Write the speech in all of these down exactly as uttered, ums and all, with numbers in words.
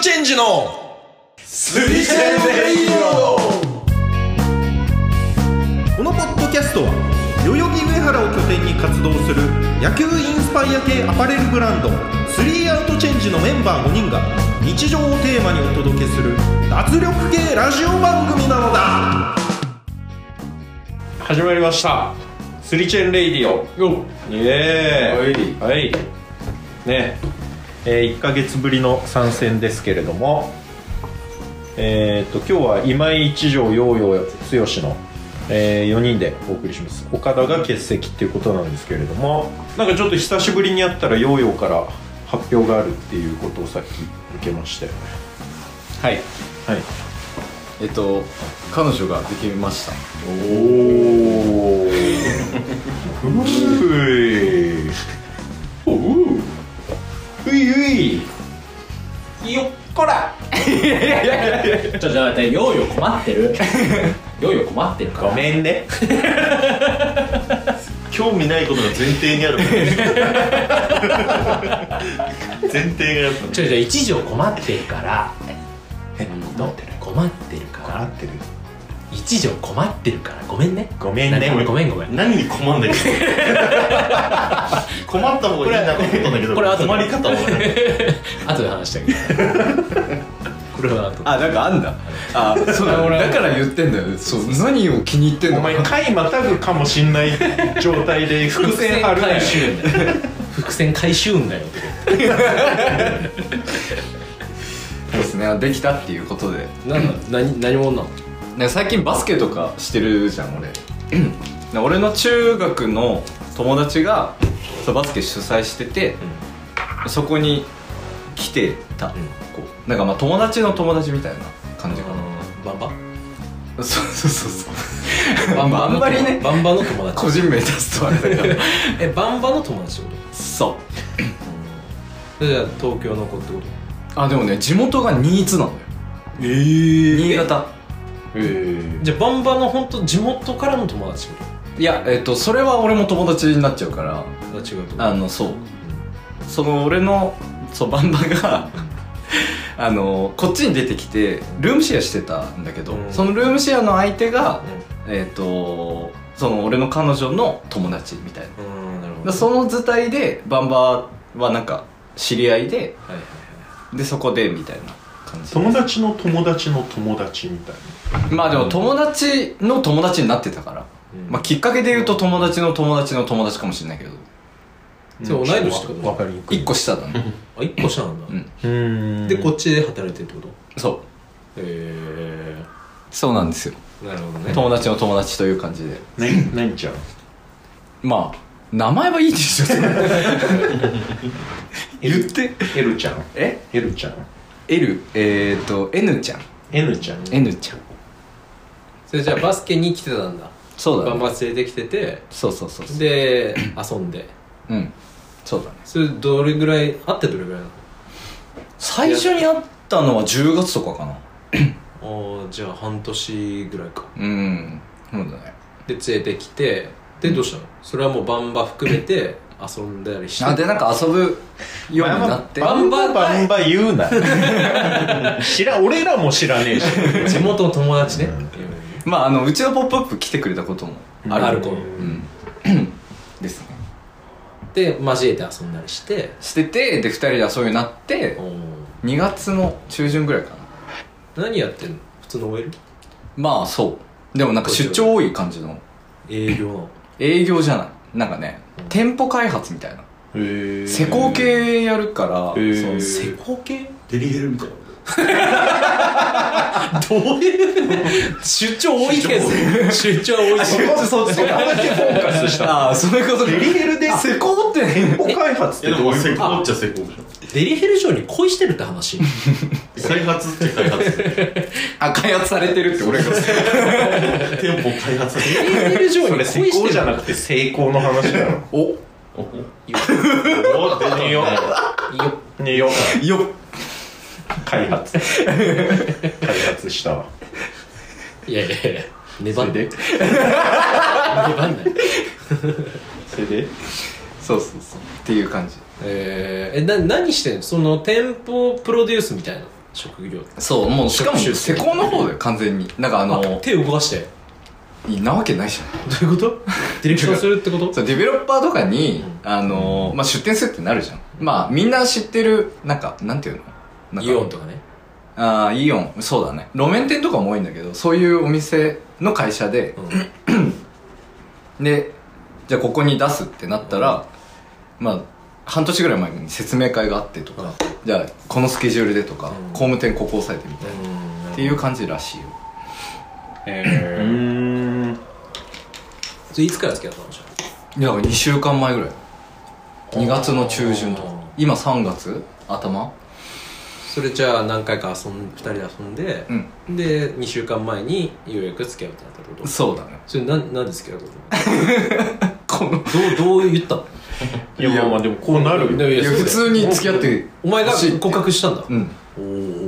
チェンジのスリチェンレイディオ。 このポッドキャストは代々木上原を拠点に活動する野球インスパイア系アパレルブランドスリーアウトチェンジのメンバーごにんが日常をテーマにお届けする脱力系ラジオ番組なのだ。 始まりましたスリチェンレイディオ。よイエーイ、はい、ねえー、いっかげつぶりの参戦ですけれども、えー、と今日は今井一条ヨーヨー剛の、えー、よにんでお送りします。岡田が欠席っていうことなんですけれども、なんかちょっと久しぶりに会ったらヨーヨーから発表があるっていうことをさっき受けまして、 はいはい、 えっと彼女ができました。 おおういおうういういよっこらいやいやいやいやちょ、じゃあ、ヨーヨー困ってるヨーヨー困ってるからごめんね興味ないことが前提にある前提がやっぱちょ、じゃあ一条困ってるからえ困ってる困ってるから困ってる一条困ってるからごめんねごめんねごめんごめんごめん。 何に困んだけど困った方がいいなと思ったんだけど、 これ困り方は後で話したけどこれは後で。 あ、なんかあんだ。あ、そうだ、俺だから言ってんだよ。そう、何を気に入ってんのお前回またぐかもしんない状態で伏線張るなよ。 伏線回収運だよそうですね、できたっていうことで。 なんだ何何者なの。 なんか最近バスケとかしてるじゃん俺俺の中学の友達がそうバスケ主催してて、うん、そこに来てた、うん、こうなんかまあ友達の友達みたいな感じかな。 バンバそうそうそうそうバンバあんまりねバンバの友達個人名出すとあれだけどえ、バンバの友達ってこそうとじゃあ東京の子ってこあ、でもね地元が新津なのよ。 とえー、 新潟。 えー、じゃあバンバの本当地元からの友達ってこいや、えっとそれは俺も友達になっちゃうからと違うとあのそう、うん、その俺のそうバンバがあのこっちに出てきてルームシェアしてたんだけど、うん、そのルームシェアの相手が、うん、えっとその俺の彼女の友達みたいな、うん、なるほど。その図体でバンバはなんか知り合いで、はいはいはい、でそこでみたいな感じ。 友達の友達の友達みたいな。 まあでも友達の友達になってたから、うん、まあきっかけで言うと友達の友達の友達かもしれないけど、 それ同い年ってこと？ 分かりにくい。 いっこ下だねあ、いっこ下なんだ。 うん。 でこっちで働いてるってこと？ そう。 へえー、 そうなんですよ。 なるほどね。 友達の友達という感じで。 何何ちゃん？ まあ名前はいいでしょ言ってエルちゃん。 え？ エルちゃん。 エル、えーと N ちゃん。 N ちゃん。 N ちゃん。 それじゃあバスケに来てたんだ。 そうだね。 バンバ連れてきてて、 そうそうそうそう。 で遊んで。 うん。そうだね。 それどれぐらい会ってどれぐらいなの？ 最初に会ったのはじゅうがつとかかな。 ああ、じゃあ半年ぐらいか。 うん。そうだね。 で連れてきて、でどうしたの？それはもうバンバ含めて遊んだりして。 あ、でなんか遊ぶようになって。 バンババンバ言うな知ら俺らも知らねえし地元の友達ね、 うん、まああのうちのポップアップ来てくれたこともあるある子、うん、 ですね。 で交えて遊んだりしてしてて、でふたりで遊ぶようになってにがつの中旬ぐらいかな。 何やってんの？普通の オーエル？ まあそうでもなんか出張多い感じの営業の営業じゃない、なんかね、うん、店舗開発みたいな。へー、施工系やるから。 そう施工系？ デリヘルみたいなどういう出張多いけど出張多いけどそっちだけフォーカスしたああ、そういうこと。 デリヘルで施工って店舗開発ってどういう施工っちゃ施工じゃん。 デリヘル城に恋してるって話開発って開発あ、開発されてるって俺が店舗開発デリヘル城に恋してる。 施工じゃなくて成功の話だろ。 おおよおよよよよ開発開発したわ。 いやいやいや粘んで粘んないそれでそうそうそうっていう感じ。 えー、えな何してんの？その店舗プロデュースみたいな。 職業そうもうしかも職種施工の方で完全になんかあのあ手を動かしていなわけないじゃんどういうことディレクションするってことそうデベロッパーとかに、あのーまあ、出店するってなるじゃんまあみんな知ってるなんかなんていうのなんかイオンとかねああイオンそうだね路面店とかも多いんだけどそういうお店の会社で、 うん、 でじゃあここに出すってなったら、まあ半年ぐらい前に説明会があってとか、 うん、 じゃあこのスケジュールでとか、 うん、 工務店ここ押さえてみたいな、 うん、 っていう感じらしいよへえうんそれいつから付き合ったのじゃいやだからにしゅうかんまえぐらいにがつの中旬とか今さんがつ頭それじゃあ何回か遊んふたりで遊んで、 うん、 でにしゅうかんまえにようやく付き合うってなったってことそうだねそれななんで付き合うとこのどうどう言ったのいやまあまあでもこうなるよいや普通に付き合ってお前が告白したんだうんおお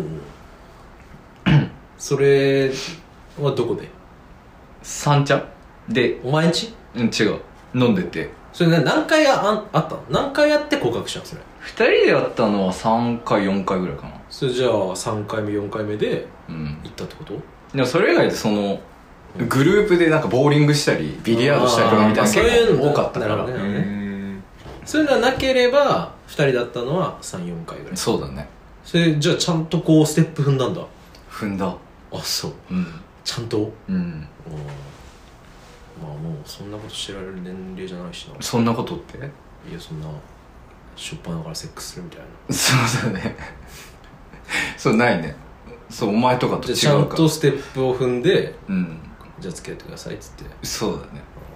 それはどこで三茶でお前んちうん違う飲んでてそれな何回ああったの何回やって告白したのそれふたりでやったのはさんかいよんかいぐらいかなそれじゃあさんかいめよんかいめでうん行ったってことでもそれ以外でそのグループでなんかボーリングしたりビリヤードしたりとかみたいなあーそういうの結構多かったからなるほどねうんそういうのはなければふたりだったのはさんよんかいぐらいそうだねそれじゃあちゃんとこうステップ踏んだんだ踏んだあそううんちゃんとうんうんまあもうそんなことしてられる年齢じゃないしなそんなことっていやそんなしょっぱなからセックスするみたいなそうだねそうないねそうお前とかと違うじゃあちゃんからとステップを踏んでうんじゃあ付き合ってくださいっつってそうだね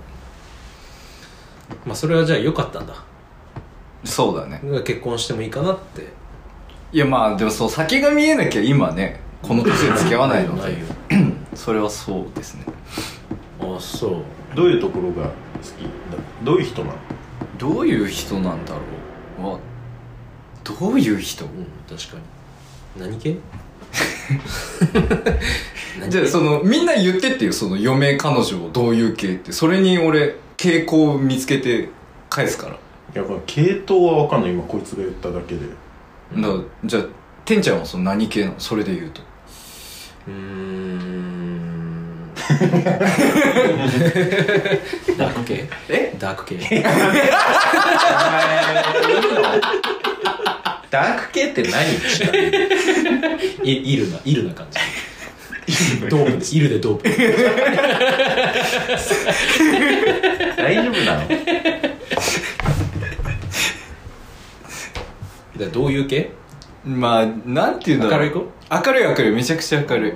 まあそれはじゃあ良かったんだそうだね結婚してもいいかなっていやまあでもそう先が見えなきゃ今ねこの年で付き合わないのでないよそれはそうですねああそうどういうところが好きだどういう人なのどういう人なんだろうはどういう人うん確かに何系何系じゃあそのみんな言ってっていうその嫁彼女をどういう系ってそれに俺傾向を見つけて返すからいやこれ系統は分かんない今こいつが言っただけでだからじゃあてんちゃんはその何系なのそれで言うとうーんダーク系えダーク系ダーク系って何ちなみにいイルなイルな感じドープですイルでドープ大丈夫なのでどういう系まあなんていうんだろう明るい子明るい明るいめちゃくちゃ明るい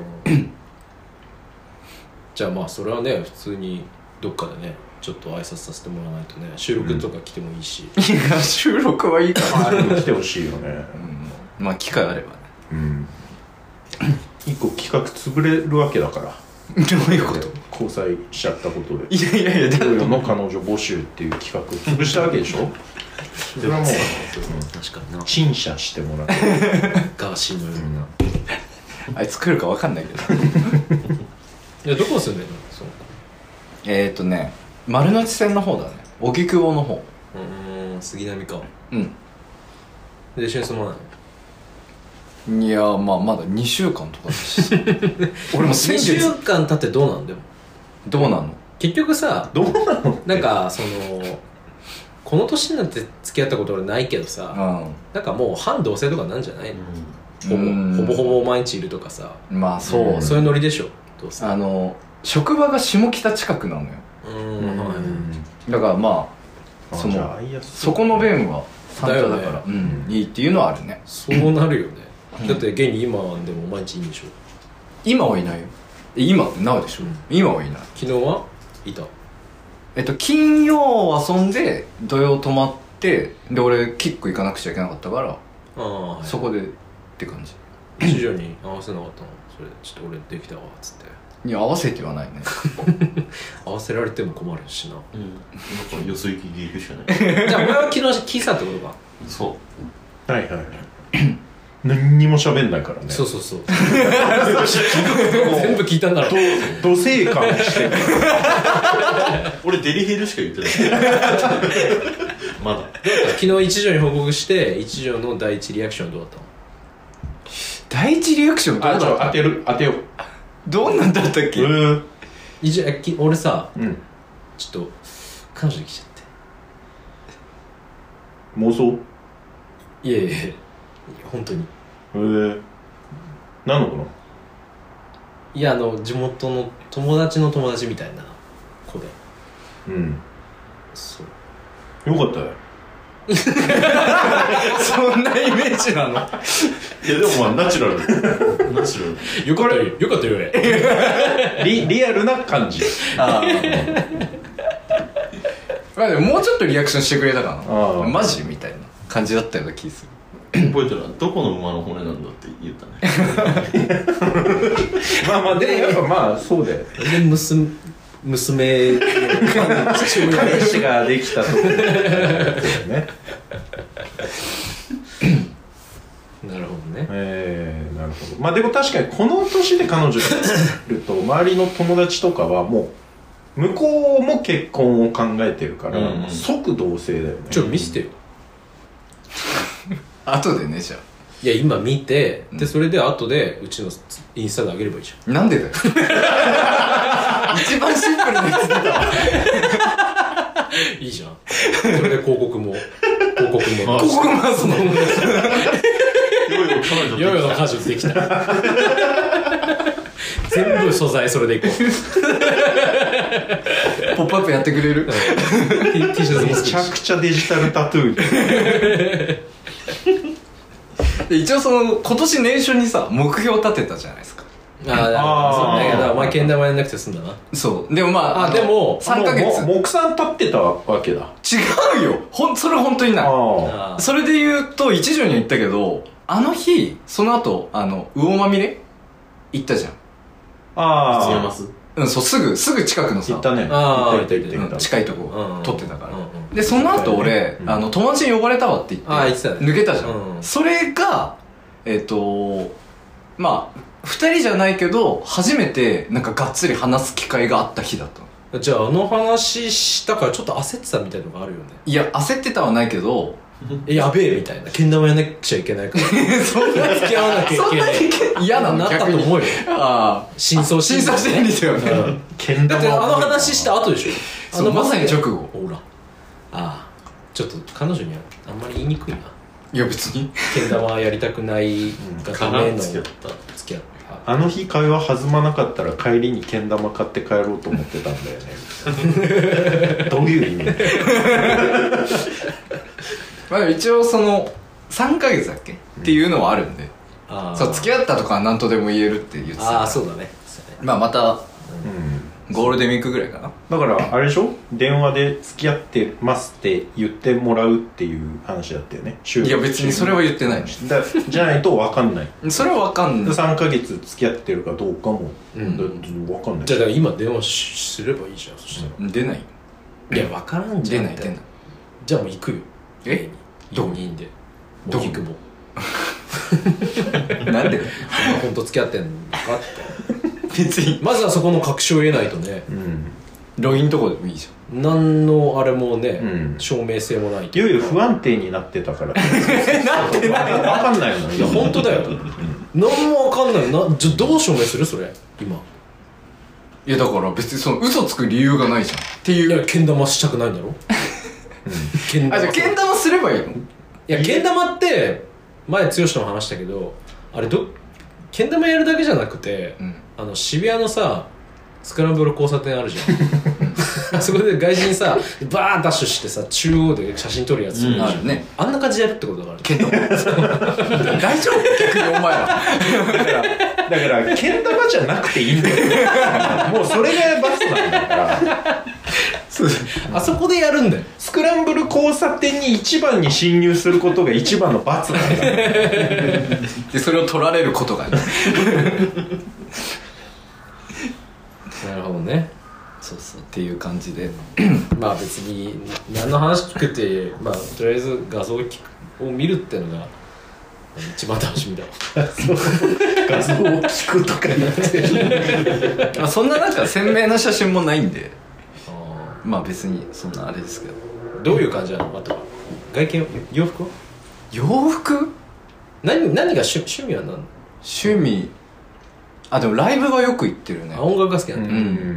じゃあまあそれはね普通にどっかでねちょっと挨拶させてもらわないとね収録とか来てもいいし、 いや収録はいいかあれも来てほしいよねうんまあ機会あればねうん一個企画潰れるわけだからどういうこと交際しちゃったことでいやいやいやだトヨの彼女募集っていう企画を潰したわけでしょそれはもう確かにな陳謝してもらってガーシーのような、 あいつ来るか分かんないけどいやどこ住んでんのそうえーとね丸の内線の方だね荻窪の方うーん杉並かうんで一緒に住まないいやまあまだにしゅうかんとかだし俺も先にしゅ月うかん経ってどうなんでもどうなの結局さどうなのなんかそのこの年になって付き合ったこと俺ないけどさ、なんかもう半同棲とかなんじゃないの、ほうんぼほぼほぼ毎日いるとかさ、 うんまあそう、 うんそういうノリでしょどうせあの職場が下北近くなのようーんはいだからまあそじゃあの会いやすいそこの弁は三茶だからだよねうんいいっていうのはあるねそうなるよね、 うんだって現に今でも毎日いいんでしょ今はいないよえ今ってなるでしょ、 うん今はいない昨日はいたえっと金曜遊んで土曜泊まってで俺キック行かなくちゃいけなかったから、 ああ、はい、 そこでって感じ一条に合わせなかったのそれちょっと俺できたわっつっていや合わせてはないね合わせられても困るしなうんなんかよそ行きで行くしかないじゃあお前は昨日聞いてたってことかそうはいはいはい何にも喋んないからねそうそうそう全部聞いたんだろど土星感してる俺デリヘルしか言ってないまだ昨日一条に報告して一条の第一リアクションはどうだったの第一リアクションどうだあ、ちょった当てる当てよう。 どんなんだったっけ、 えー、 いじゃき俺さうんちょっと彼女できちゃって妄想。 いやいやいや本当にえー、何の子の。 いやあの地元の友達の友達みたいな子でうんそうよかったよ。 そんなイメージなの？ いやでもまあナチュラルナチュラルよかったよよかったよリ, リアルな感じ。 あまあでももうちょっとリアクションしてくれたかあな。マジみたいな感じだったような気する。 覚えてるどこの馬の骨なんだって言ったねまあまあでもやっぱまあそうだよ。 で娘娘の父親彼氏ができたところだよね。 なるほどねえー、なるほど。まあでも確かにこの年で彼女がいると周りの友達とかはもう向こうも結婚を考えてるから、 うんうん、 即同棲だよね。 ちょっと見せてよ後でねじゃいや今見て、 うんでそれで後でうちのインスタであげればいいじあなんでだよ一番シンプルなやつ出たわゃんいいじゃんそれで広告も広告もここがそのいよいよ彼女いよいよの彼女できた全部素材それでいこうポップアップやってくれる T, T シャツもめ作るしちゃくちゃデジタルタトゥーで一応その今年年初にさ目標立てたじゃないですか。 ああそうだけどお前けん玉やんなくて済んだなそうでもまああでもさんかげつもう木さん立ってたわけだ。 違うよほんそれ本当にないああそれで言うと一条には言ったけどあの日その後あの魚まみれ行ったじゃん。 ああ必要ますうんそうすぐすぐ近くのさ行ったね。 あー行った行った行ったうん近いとこうんうん撮ってたから、 うんうんでその後俺、 うんあの友達に呼ばれたわって言ってあー言ってたね抜けたじゃん、 うんそれがえっ、とまあふたりじゃないけど初めてなんかがっつり話す機会があった日だったの。 じゃああの話したからちょっと焦ってたみたいなのがあるよねいや焦ってたはないけどえやべえみたいなけん玉やんなくちゃいけないからそんな付き合わなきゃいけない嫌なのなったと逆に思うよああ深層心理深層心理だよね、 うんけん玉だってあの話した後でしょあそうのまさに直後ほらああちょっと彼女にはあんまり言いにくいないや別にけん玉やりたくないがための付き合った付き合ったあの日会話弾まなかったら帰りにけん玉買って帰ろうと思ってたんだよね。どういう意味？ まあ一応そのさんかげつだっけ、っていうのはあるんであそう付き合ったとかは何とでも言えるって言ってたからああそうだねそうだねまあまたうんゴールデンウィークぐらいかな。 だからあれでしょ、電話で付き合ってますって言ってもらうっていう話だったよね。 いや別にそれは言ってないだじゃないと分かんない。 それは分かんないさんかげつ付き合ってるかどうかも、 うんだって分かんない。 じゃあだから今電話しすればいいじゃんそしたら、 出ないいや分からんじゃん出ない出ないじゃあもう行くよえどこにいいんでどこ荻窪なんで本当付き合ってんのかって別にまずはそこの確証を得ないとねうんロインとこでもいいじ何のあれもね、 うん証明性もないといよいよ不安定になってたから。なってない。分かんないの。 いや本当だよ何も分かんないな。じゃあどう証明するそれ今ゃん。いやだから別にその嘘つく理由がないじゃんっていういやけん玉したくないんだろけん玉あじゃあけん玉すればいいのいやけん玉って前剛とも話したけどあれどけん玉やるだけじゃなくて、 うんあの渋谷のさスクランブル交差点あるじゃんあそこで外人さバーッダッシュしてさ中央で写真撮るやつ、 うんあるねあんな感じでやるってことだからけん玉大丈夫逆にお前らだからけん玉じゃなくていいんだよ。もうそれがバスなんだからあそこでやるんだよスクランブル交差点に一番に侵入することが一番の罰なんだ。 でそれを取られることがねなるほどねそうそうっていう感じでまあ別に何の話聞くってまあとりあえず画像を見るってのが一番楽しみだわ画像を聞くとか言ってまあそんななんか鮮明な写真もないんであまあ別にそんなあれですけどーどういう感じなのあとは外見洋服は洋服何何が趣趣味は何趣趣味あでもライブはよく行ってるね。 あ音楽が好きなんだ、 うん、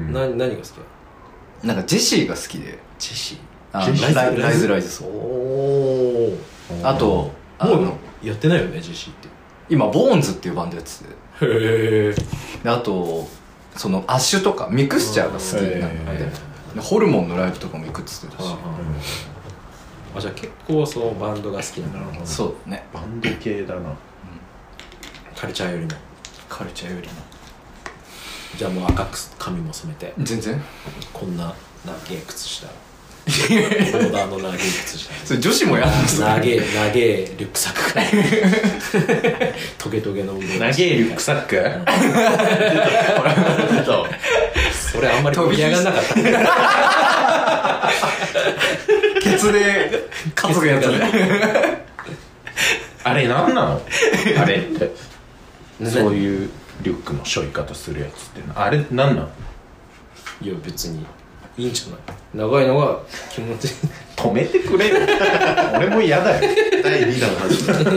な何が好きだ。 なんかジェシーが好きで。 ジェシーあライズライズライズライズそう。 おあとあもうのやってないよねジェシーって。 今ボーンズっていうバンドやってて、 へえ。 であとそのアッシュとかミクスチャーが好きなので、でホルモンのライブとかも行くっつってたし。 あじゃあ結構そうバンドが好きなんだろうな。 そうだね。 バンド系だな、うん、 カルチャーよりも。 カルチャーよりも。 じゃあもう赤く髪も染めて全然こんな長え靴下ボーダーの長え靴下それ女子もやるんですか。 長え長えリュックサックトゲトゲの運動長えリュックサック出たわそれあんまり盛り上がんなかったケツで担ぐやつねあれなんなのあれってそういうリュックの背負い方するやつってあれなんなの。 いや別にいいんじゃない。長いのが気持ちいい。 止めてくれよ俺も嫌だよだいにだん始まる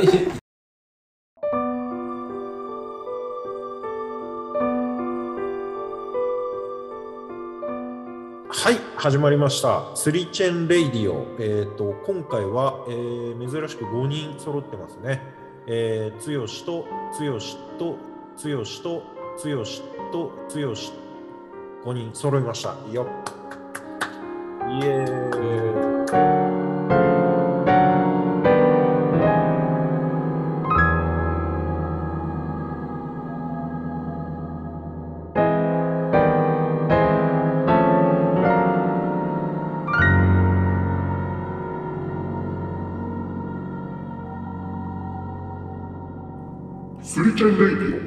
はい始まりましたスリチェンレイディオ、えー、と今回は、えー、珍しくごにん揃ってますね。えー、つよしとつよしとつよしとつよしとつよしごにん揃いましたよ。イエーイ。 スリチェンレイディ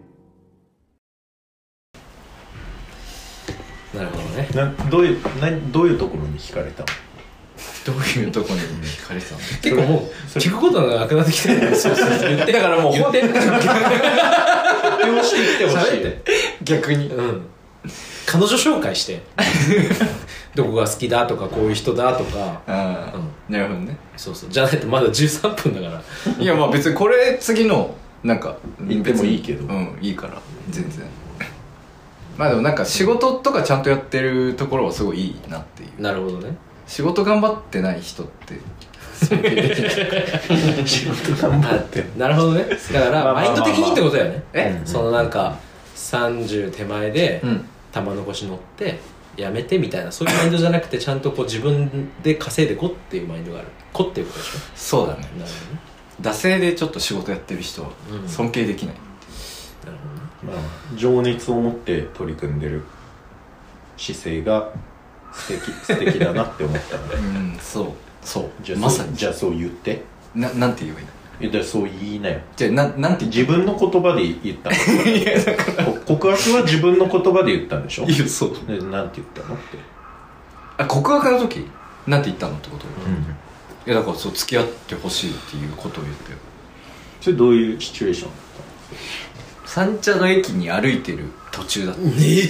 なるほどね。 などういうなどういうところに惹かれたの。 どういうとこに惹かれてたの。 結構もう聞くことがなくなってきてる。そうそう言ってだからもう言って発表していってほしい逆に、 うん、彼女紹介してどこが好きだとかこういう人だとか。 ああ、うん、なるほどね。 そうそうじゃないとまだじゅうさんぷんだからいやまあ別にこれ次のなんか言ってもいいけどうんいいから全然まあでもなんか仕事とかちゃんとやってるところはすごいいいなっていう。 なるほどね。 仕事頑張ってない人って尊敬できない仕事頑張ってなるほどね。だからマインド的にってことだよね。 えそのなんかさんじゅう手前でうん玉残し乗ってやめてみたいなそういうマインドじゃなくてちゃんとこう自分で稼いでこっていうマインドがあるこっていうことでしょ。 そうだね。 なるほどね。 惰性でちょっと仕事やってる人は尊敬できない、 なるほどね。 まあ、情熱を持って取り組んでる姿勢が素敵素敵だなって思ったのでうんそうそうじゃあまさにじゃあそう言ってななんて言えばいいの。 いやだからそう言いなよ。 じゃあななんて言自分の言葉で言ったのこ告白は自分の言葉で言ったんでしょ。 いやそうでなんて言ったのって、 あ告白の時なんて言ったのってこと、 うん、 いやだからそう付き合ってほしいっていうことを言ってる。 それどういうシチュエーションだっ三茶の駅に歩いてる途中だった。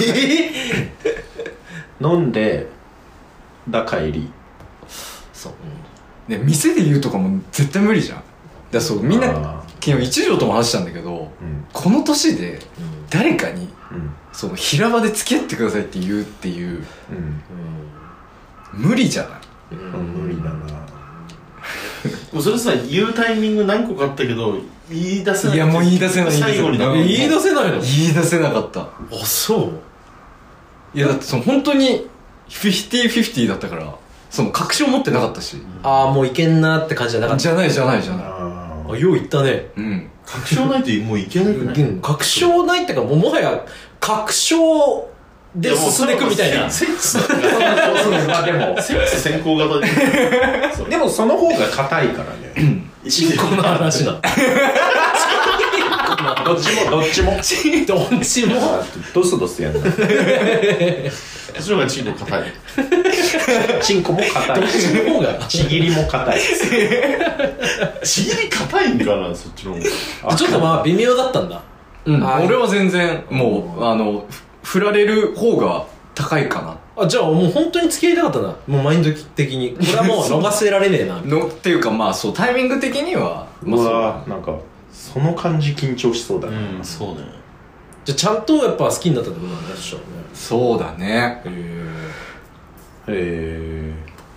たの。飲んでだ帰り。 そうで店で言うとかも絶対無理じゃん。だからそうみんなあ昨日一条とも話したんだけど、 うんこの年で誰かにうんその平場で付き合ってくださいって言うっていううん無理じゃない。 うん無理だな。 もうそれさ言うタイミング何個かあったけど言い出せない。 いやもう言い出せない最後にな言い言い出せないの。 言い出せなかった。 あそういやだってその本当にフィフティーフィフティーだったからその確証持ってなかったし、 ああもういけんなって感じじゃなかった。 じゃないじゃないじゃない。 ああよう言ったね。 うん確証ないともういけないくない。 うん確証ないってかもうもはや確証で進んでいくみたいな。 セックスだからまあでもセックス先行型ででもその方が硬いからね。 チンコの話な。 どっちもどっちもどっちもドスドスやんな。 そっちの方がチンコ硬い。 チンコも硬い。 どっちの方がちぎりも硬い。 ちぎり硬いんかなそっちの方が。 ちょっとまあ微妙だったんだ。 うんあー俺は全然もうあの振られる方が高いかあじゃあもう本当に付き合いたかったな。もうマインド的にこれはもう逃せられねえな。 なのっていうかまあそうタイミング的にはうまあそうわなんかその感じ緊張しそうだな、 うん、そうね。 じゃあちゃんとやっぱ好きになったってことなんだでしょうね。 そうだね。 へへえ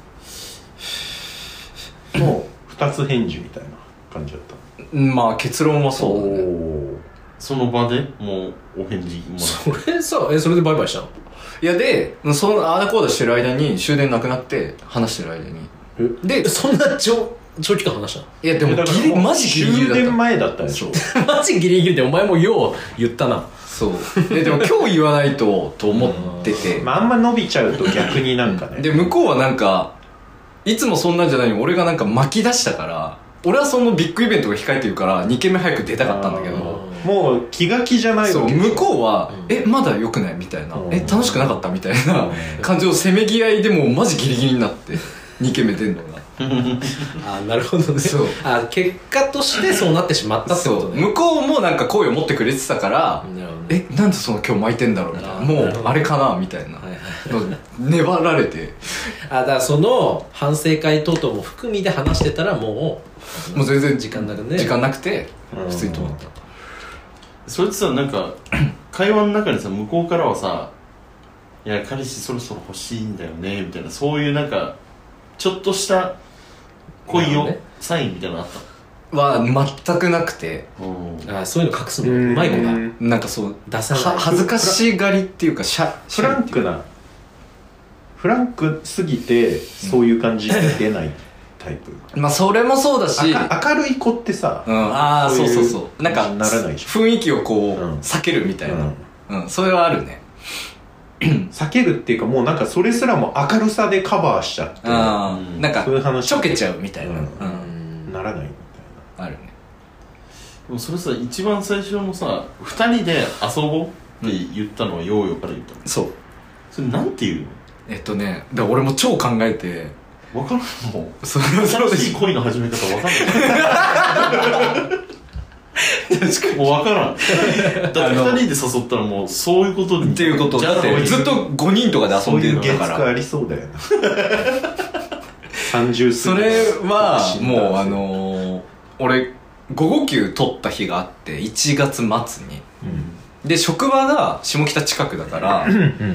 もう二つ返事みたいな感じだった。 まあ結論はそうだね。 おその場でもうお返事もらそれさえそれでバイバイしたの？ いやでそのああだこうだしてる間に終電なくなって話してる間にでそんな長長期間話したの？ いやでもギリマジギリギリだった。 終電前だったでしょマジギリギリでお前もよう言ったな。 そうででも今日言わないとと思っててまああんま伸びちゃうと逆になんかねで向こうはなんかいつもそんなんじゃないのに俺がなんか巻き出したから俺はそのビッグイベントが控えてるからにけんめ早く出たかったんだけどもう気が気じゃないそうわけ向こうは、 うん、 えまだ良くないみたいな、 うん、 え楽しくなかったみたいな感じをせめぎ合いでもうマジギリギリになってにけんめ出んのがあなるほどね。 そうあ結果としてそうなってしまったってことね。 向こうもなんか声を持ってくれてたからなるほどね。 えなんでその今日巻いてんだろうみたいなあもうあれかなみたいなはいはいの粘られてあだからその反省会等々も含みで話してたらもうもう全然時間なくね時間なくてうん普通に止まったそれってさ、なんか会話の中にさ向こうからはさいや彼氏そろそろ欲しいんだよねみたいなそういうなんかちょっとした恋を、ね、サインみたいなのあったは全くなくてあそういうの隠すのうまい子だ。 なんかそう出さないは恥ずかしがりっていうかシャフランクなフランクすぎてそういう感じが出ないタイプ、 まあそれもそうだし明るい子ってさ、 うん、ああそうそうそうなんかならないじゃん雰囲気をこう、 うん、 避けるみたいな、 うんうん、それはあるね避けるっていうかもうなんかそれすらも明るさでカバーしちゃってあ、うん、なんかそういう話ちょけちゃうみたいな、うんうん、ならないみたいなあるね。 でもそれさ一番最初のさふたりで遊ぼうって言ったのはヨーヨーから言ったの、 そうそれなんて言うの？ えっとねだから俺も超考えて分からんもうそ新しい恋の始め方分かんないもう分からんだってふたりで誘ったらもうそういうことにっていうことじゃあだってずっとごにんとかで遊んでるんだかそういう月9あらりそうだよなさんじゅうそれはもうあのー、俺ごごきゅう取った日があっていちがつ末に、うん、で職場が下北近くだから、うん、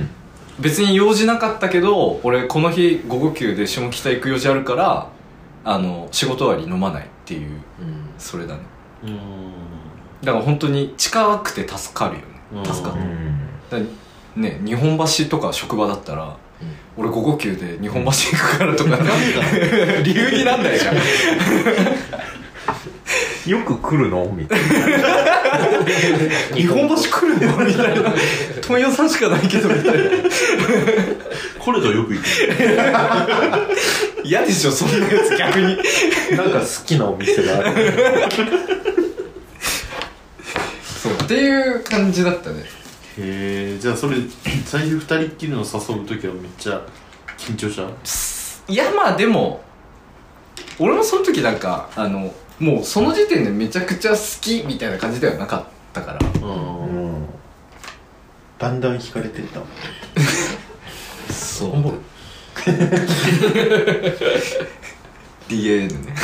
別に用事なかったけど俺この日ごごきゅうで下北行く用事あるからあの仕事終わり飲まないっていう、うん、それだね。うんだから本当に近くて助かるよね。助かる、うん、ね日本橋とか職場だったら、うん、俺ごごきゅうで日本橋行くからとか、うん、理由になんないじゃんよく来るのみたいな日本橋来るのみたいな問屋さんしかないけどみたいなこれとよく行く嫌でしょそんなやつ逆になんか好きなお店があるそうっていう感じだったね。 へえじゃあそれ最初ふたりっきりの誘う時はめっちゃ緊張したいやまあでも俺もその時なんかあのもうその時点でめちゃくちゃ好きみたいな感じではなかったから、うんうん、 だんだん惹かれてったそう ディーエヌ ね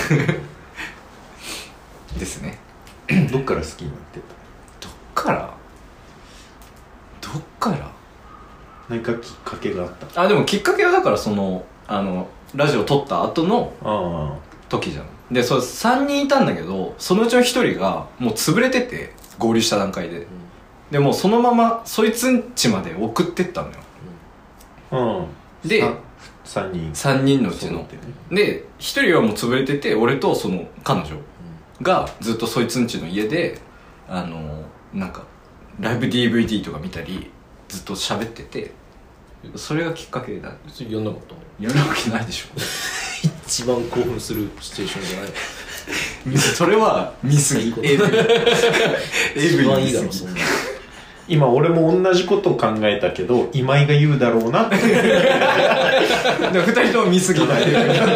ですねどっから好きになってたどっからどっから何かきっかけがあったあでもきっかけはだからそのあのラジオ撮った後の時じゃんでそれさんにんいたんだけどそのうちのひとりがもう潰れてて合流した段階で、うん、でもうそのままそいつん家まで送ってったのよ、うん、でさんにんさんにんのうちの、ね、でひとりはもう潰れてて俺とその彼女がずっとそいつん家の家であのなんかライブ ディーブイディー とか見たりずっと喋っててそれがきっかけだ。 やんなかったやるわけないでしょ一番興奮するシチュエーションじゃないそれは見すぎ エーブイ一番いいだろそんな今俺も同じことを考えたけど今井が言うだろうなってふたりとも見すぎない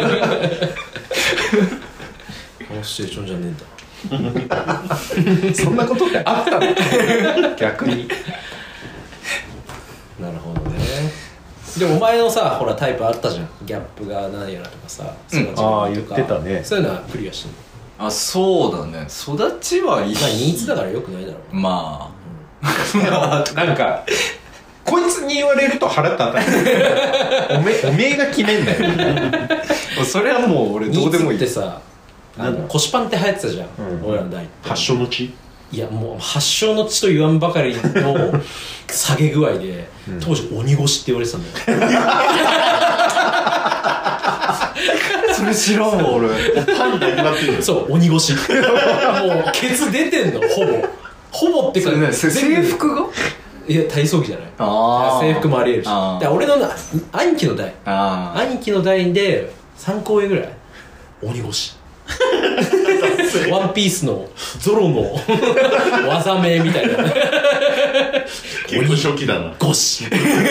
このシチュエーションじゃねえんだそんなことってあったの逆になるほどね。でもお前のさほらタイプあったじゃんギャップが何やらとかさ、 うん、ああ言ってたね。 そういうのはクリアしてるあ、そうだね。育ちはいい。 まあニーズだからよくないだろう。 まなんかこいつに言われると腹立たないおめおめえが決めんだよあ。それはもう俺どうでもいい。 ニーズってさ、あの腰パンって流行ってたじゃん、うん、俺らの代って発祥の地。いやもう発祥の地と言わんばかりの下げ具合で、うん、当時鬼腰って言われてたんだよそれ知らんわ俺。 パンダ決まってる。 そう鬼腰もうケツ出てんのほぼほぼってか、 ね、制服がいや体操着じゃない。 あ制服もありえるし。だ俺の兄貴の代兄貴の代でさんこ上ぐらい鬼腰ワンピースのゾロの技名みたいな結構初期だな。 腰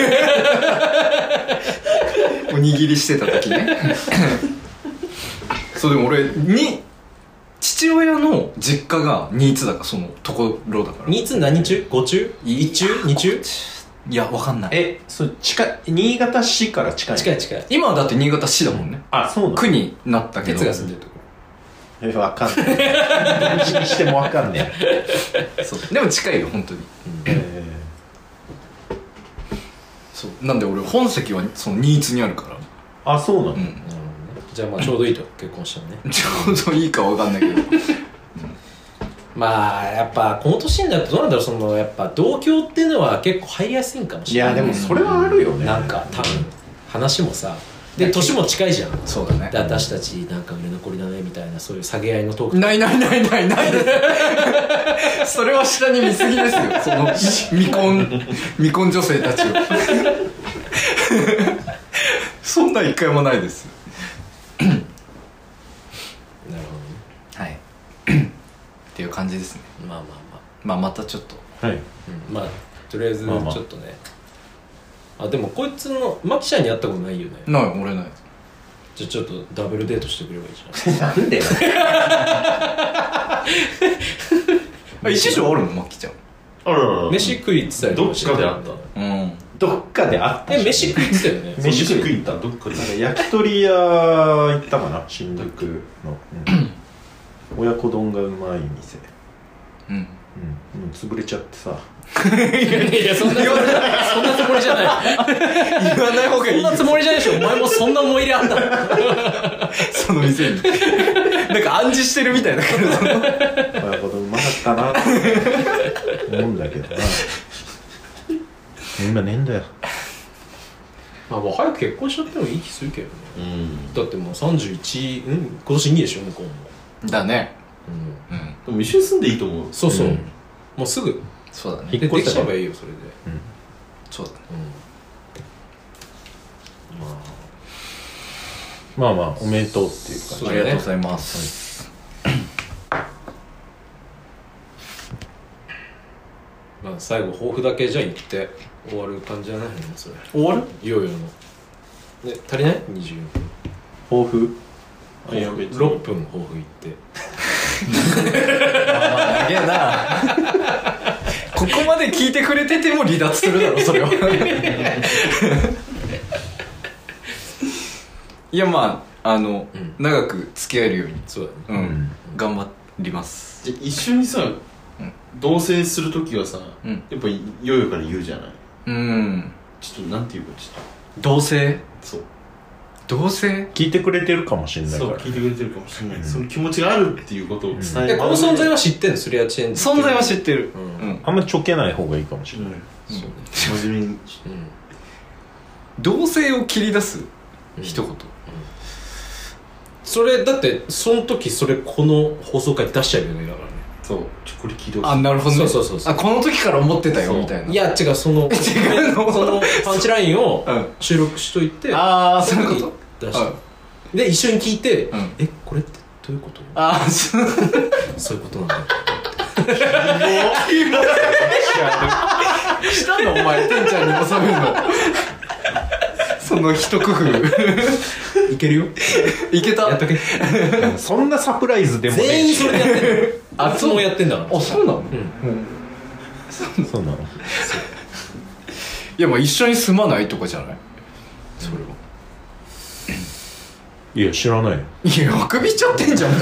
おにぎりしてた時ねそうでも俺に父親の実家が新津だからそのところだから。 新津何中？ご中？いち中？に中？ いやわかんない。 え、それ近い新潟市から近い？ 近い近い。 今はだって新潟市だもんね。 あ、そうなの。 区になったけど。 鉄が住んでるところ。え、わかんない。どっちにしてもわかんねえ。そうでも近いよ本当に。うん、えー、そうなんで俺本籍はその新津にあるから。 あ、そうなの。うん、 じゃあまあちょうどいいと結婚したのねちょうどいいかわかんないけど、うん、 まあやっぱこの年になるとどうなんだろう。そのやっぱ同居っていうのは結構入りやすいんかもしれない。 いやでもそれはあるよね。 なんか多分話もさで年も近いじゃん。 そうだね。 で私たちなんか売れ残りだねみたいなそういう下げ合いのトークないないないないないですそれは下に見すぎですよその未婚未婚女性たちをそんな一回もないですなるほどね。はいっていう感じですね。 まあまあまあまあまたちょっとはい、うん、 まあとりあえずちょっとね、まあまあ、あでもこいつのマキちゃんに会ったことないよね。 ない俺ない。 じゃあちょっとダブルデートしてくればいいじゃんなんでよあ一条あるのマキちゃん。 あらら飯食いって言ってたよ。 どっかであった。 うんどっかであった。 え飯食いって言ってたよね飯食い行ったどっかで。 なんか焼き鳥屋行ったかな新宿の、うん、親子丼がうまい店。 うん、うん、 うん、潰れちゃってさいやいやそんなそんなつもりじゃない言わない方がいいよ。 そんなつもりじゃないでしょ。お前もそんな思い入れあったその店になんか暗示してるみたいだから親子丼うまかったなって思うんだけどな今ねえんだよ。 まあもう早く結婚しちゃってもいい気するけどね、 うん、 だってもうさんじゅういち、うん、今年にでしょ向こうも。 だね。 うん、うん、でも一緒に住んでいいと思う。 そうそう、 うん、 もうすぐそうだね。 引っ越しちゃえばいいよそれで、 うん、そうだね、 うん、まあまあまあおめでとうっていうか、 ね、ありがとうございます、はいまあ、最後抱負だけじゃあ言って終わる感じじゃないのそれ。 終わる？ いよいよのね足りない？にじゅうよんぷん抱負あいや別にろっぷん抱負言ってまあまあ長えなここまで聞いてくれてても離脱するだろそれはいやまああの、うん、長く付き合えるようにそうだね、 うんうん、頑張ります。 じゃ一緒にさ、うん、同棲するときはさ、うん、やっぱいよいよから言うじゃない。 うんちょっとなんていうかちょっと同棲そう同棲聞いてくれてるかもしれないから、 そう聞いてくれてるかもしれない、うん、その気持ちがあるっていうことを伝える、 うん、この存在は知ってんの？スリアチェンジ存在は知ってる、 うんうん、あんまりちょけない方がいいかもしれない、うん、 そうね真面目に、うん、 同棲を切り出す一言、うん、 それだってその時それこの放送回出しちゃうよねだからね。 そうちょこれ聞いてほしい。 あなるほどね。 そうそうそうそう。 あこの時から思ってたよみたいな。 いや違うその違うのそのパンチラインを収録しといて、 うん、ああそういうこと出した、うん、で一緒に聞いて、うん、えこれってどういうこと？ ああそうそういうことなんだしたのお前てんちゃんにもそういうのその一工夫いけるよいけたやっとけそんなサプライズでもね全員それでやってるあつもやってんだから。 あそうなの、うんうん、そうなの。 いやまあ一緒に住まないとかじゃないそれはいや知らないよ。 いやあくびっちゃってんじゃんもう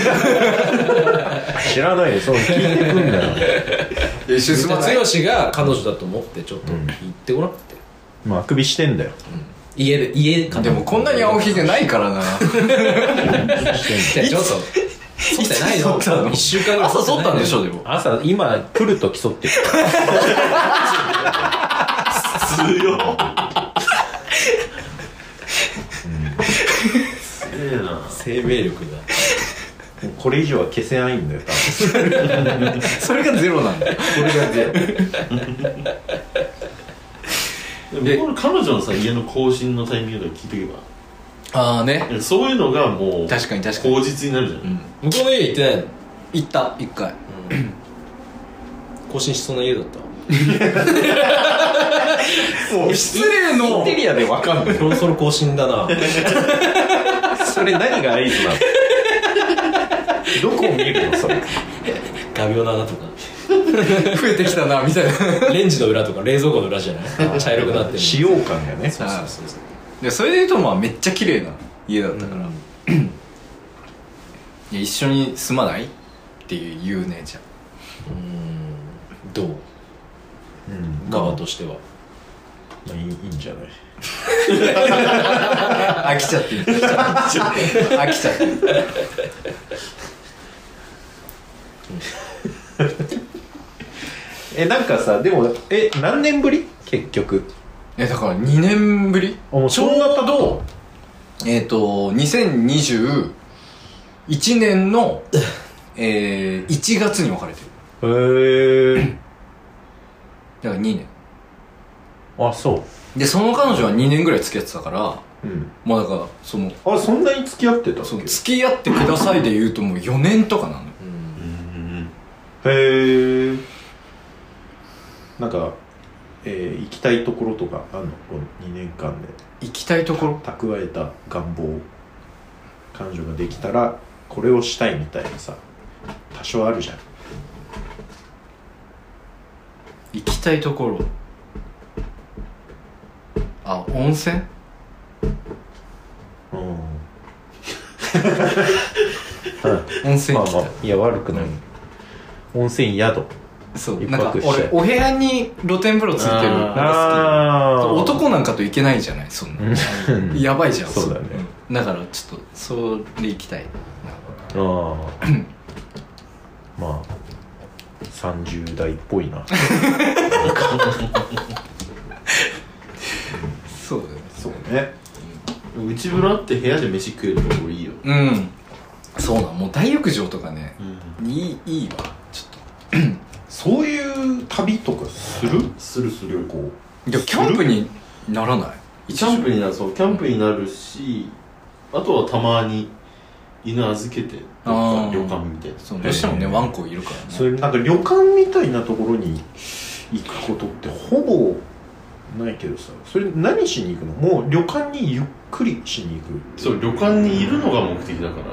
知らないよ、そう聞いてくんだよ。 え進まない剛が彼女だと思ってちょっと言ってごらんって、 まああくびしてんだよ。 家で家かでもこんなに青ひげないからなしてんだよちょっと剃ってないのいつ剃ったのいっしゅうかんぐらい朝剃ったんでしょでも朝今来ると競ってる。 強っすげえな。 生命力がこれ以上は消せないんだよ多分。 それがゼロなんだよこれがゼロ。 でもこの彼女のさ家の更新のタイミングで聞いておけば、 ああねそういうのがもう確かに確かに口実になるじゃん、 うん向こうの家行ってないの？ 行った一回更新しそうな家だったもう失礼のインテリアでわかんない。 そろそろ更新だなそれ何が合図なの？どこを見るのそれ？ 画鋲の穴とか増えてきたなみたいなレンジの裏とか冷蔵庫の裏じゃない茶色くなってる使用感がね。 そうそうそうそうでそれで言うとまあめっちゃ綺麗な家だったから、いや一緒に住まないって言うねじゃうーんどううん、 側としてはまあいいいいんじゃない。 あ飽きちゃってる飽きちゃってる飽きちゃってるえなんかさでもえ何年ぶり結局？ えだからにねんぶりあもうちょうどえっ、ー、とにせんにじゅういちねんの、えー、いちがつに別れてるへえ。 だからにねんあそでその彼女はにねんぐらい付き合ってたからう。うん。 もうだからそのあそんなに付き合ってたっけ？ その付き合ってくださいで言うともうよねんとかなのようんへえ。なんか、えー、行きたいところとかあんの？このにねんかんで行きたいところ蓄えた願望、彼女ができたらこれをしたいみたいなさ多少あるじゃん。 行きたいところあ温泉うん温泉行きたい、 まあまあいや悪くない、温泉宿一そうなんか泊して俺お部屋に露天風呂ついてるのがあ好き男なんかと行けないじゃないそんなうんやばいじゃんそうだね。 だからちょっとそれ行きたいああまあさんじゅう代っぽいな。 そうだよねそうね。 内風呂あって部屋で飯食えるとこいいよ。 うんそうなんもう大浴場とかねうんいいいいわちょっそういう旅とかする？ するする。 旅行。 とでもキャンプにならないキャンプになる、そうキャンプになるし、あとはたまに犬預けてどっあーか旅館みたいな。 そうどうしてもねワンコいるからねそれなんか旅館みたいなところに行くことってほぼないけどさ、それ何しに行くの？もう旅館にゆっくりしに行く。 そう旅館にいるのが目的だから、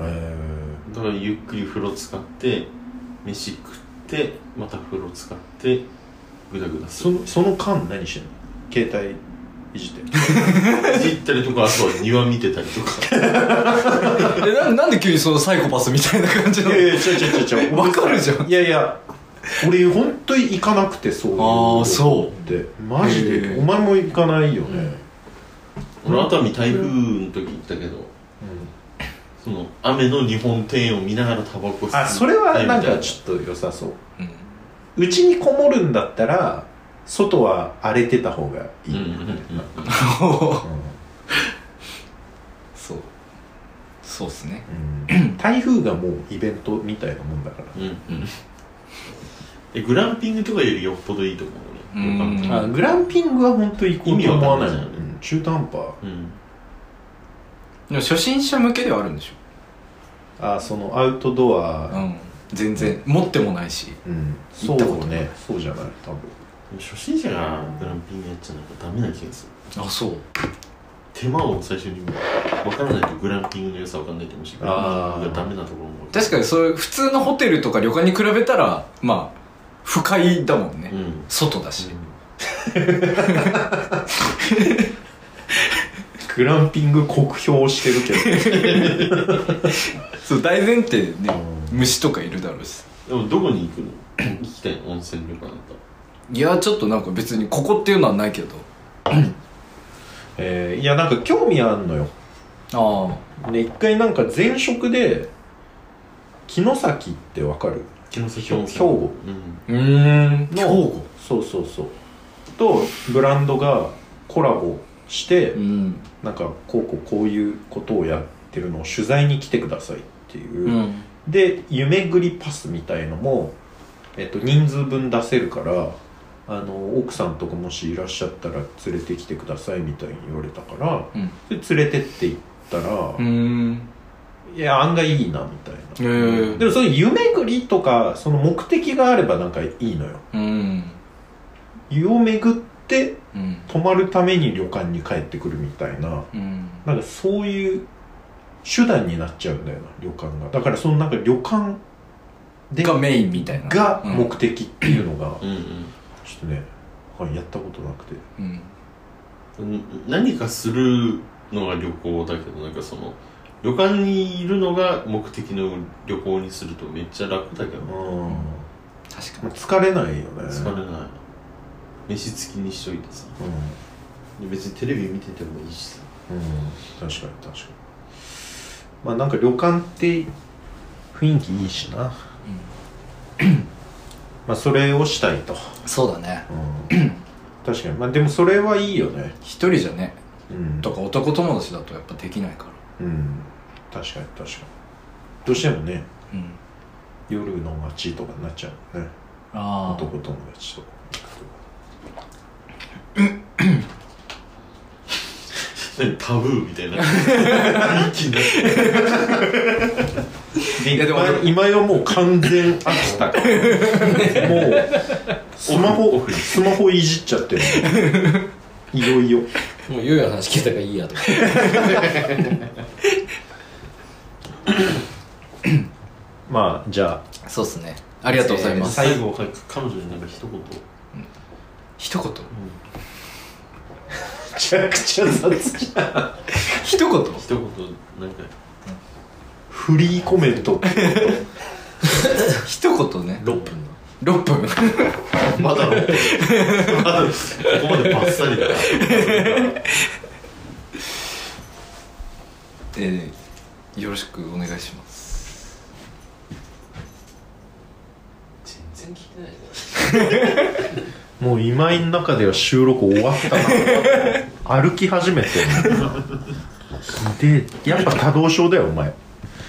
へだからゆっくり風呂使って飯食ってまた風呂使ってグダグダする。 そのその間何してんの？携帯いじって。 いじったりとか、あとは庭見てたりとか。 えななんで急にそのサイコパスみたいな感じのいやいや違う違う違う違う。 わかるじゃんいやいや俺本当に行かなくて、そういうあーそうってマジへでーお前も行かないよね。 俺熱海台風の時行ったけど、その雨の日本庭園を見ながらタバコ吸ってあ、それはなんかょっちょっと良さそう。 うんうちにこもるんだったら外は荒れてた方がいい、 うんうんうんうんそうそうっすねうん台風がもうイベントみたいなもんだから、 うんうんえグランピングとかよりよっぽどいいと思う俺。 うん旅館あグランピングは本当行こうと思わない。 意味わかんないじゃんうん中途半端。 うんでも初心者向けではあるんでしあそのアウトドア、 ょうん全然持ってもないしうん、そう行ったことないね、そうじゃない多分。 初心者がグランピングやっちゃなんかダメな気がする。 あそう手間を最初に分からないとグランピングの良さ分かんないと思うし、グランピングがダメなところもある。 確かにそういう普通のホテルとか旅館に比べたらまあ不快だもんね、 うん外だし、 グランピング酷評してるけどそう大前提で、ね、虫とかいるだろうし。 でもどこに行くの行きたいの温泉旅館だったら。 いやちょっとなんか別にここっていうのはないけどえー、いやなんか興味あんのよ。 ああで一回なんか前職で城崎ってわかる？ 城崎兵庫うんうんの兵庫そうそうそうとブランドがコラボして、うん、なんかこうこうこういうことをやってるのを取材に来てくださいっていう、うん、で夢ぐりパスみたいのも、えっと、人数分出せるからあの奥さんとかもしいらっしゃったら連れてきてくださいみたいに言われたから、うん、で連れてって行ったらうんいや案外いいなみたいな、えー、でもその夢ぐりとかその目的があればなんかいいのよ、うん、湯を巡って泊まるために旅館に帰ってくるみたいな、うん、なんかそういう手段になっちゃうんだよな旅館が。だからそのなんか旅館でがメインみたいなが目的っていうのが、うんうんうんちょっとねやったことなくて、 うん、何かするのが旅行だけどなんかその旅館にいるのが目的の旅行にするとめっちゃ楽だけど、うん、 確かに疲れないよね。 疲れない飯付きにしといてさ、うん、別にテレビ見ててもいいしさ、 うん、確かに確かにまあなんか旅館って雰囲気いいしな、うんまあそれをしたいと。 そうだね、 うん、確かにまあでもそれはいいよね。 一人じゃね、うん、とか男友達だとやっぱできないからうん確かに確かにどうしてもね、うん、夜の街とかになっちゃうね。あ男友達とかタブーみたいな雰囲気になっていやでも今はもう完全飽きたからもうスマホスマホいじっちゃってるいよいよもうゆうやの話聞いたからいいやとかまあじゃあそうっすねありがとうございます。 最後彼女になんか一言、うん、 一言、うん、 めちゃくちゃ雑じゃん一言一言なんかフリーコメント一言ねろっぷんのろっぷんまだろっぷんまだここまでバッサリだなえー、よろしくお願いします。 全然聞いてないねもう今井の中では収録終わったな歩き始めてでやっぱ多動症だよお前。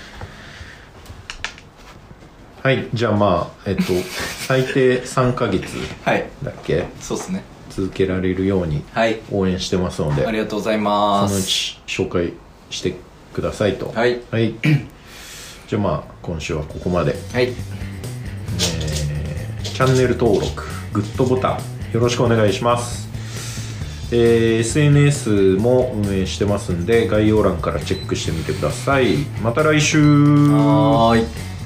はいじゃあまあえっと最低さんかげつだっけ、はい、 そうですね続けられるように応援してますので、 はい、ありがとうございます。 そのうち紹介してくださいと。 はい、 はい、じゃあまあ今週はここまで。 はい、えー、チャンネル登録グッドボタンよろしくお願いします。えー、エスエヌエス も運営してますんで概要欄からチェックしてみてください。また来週。 はーい。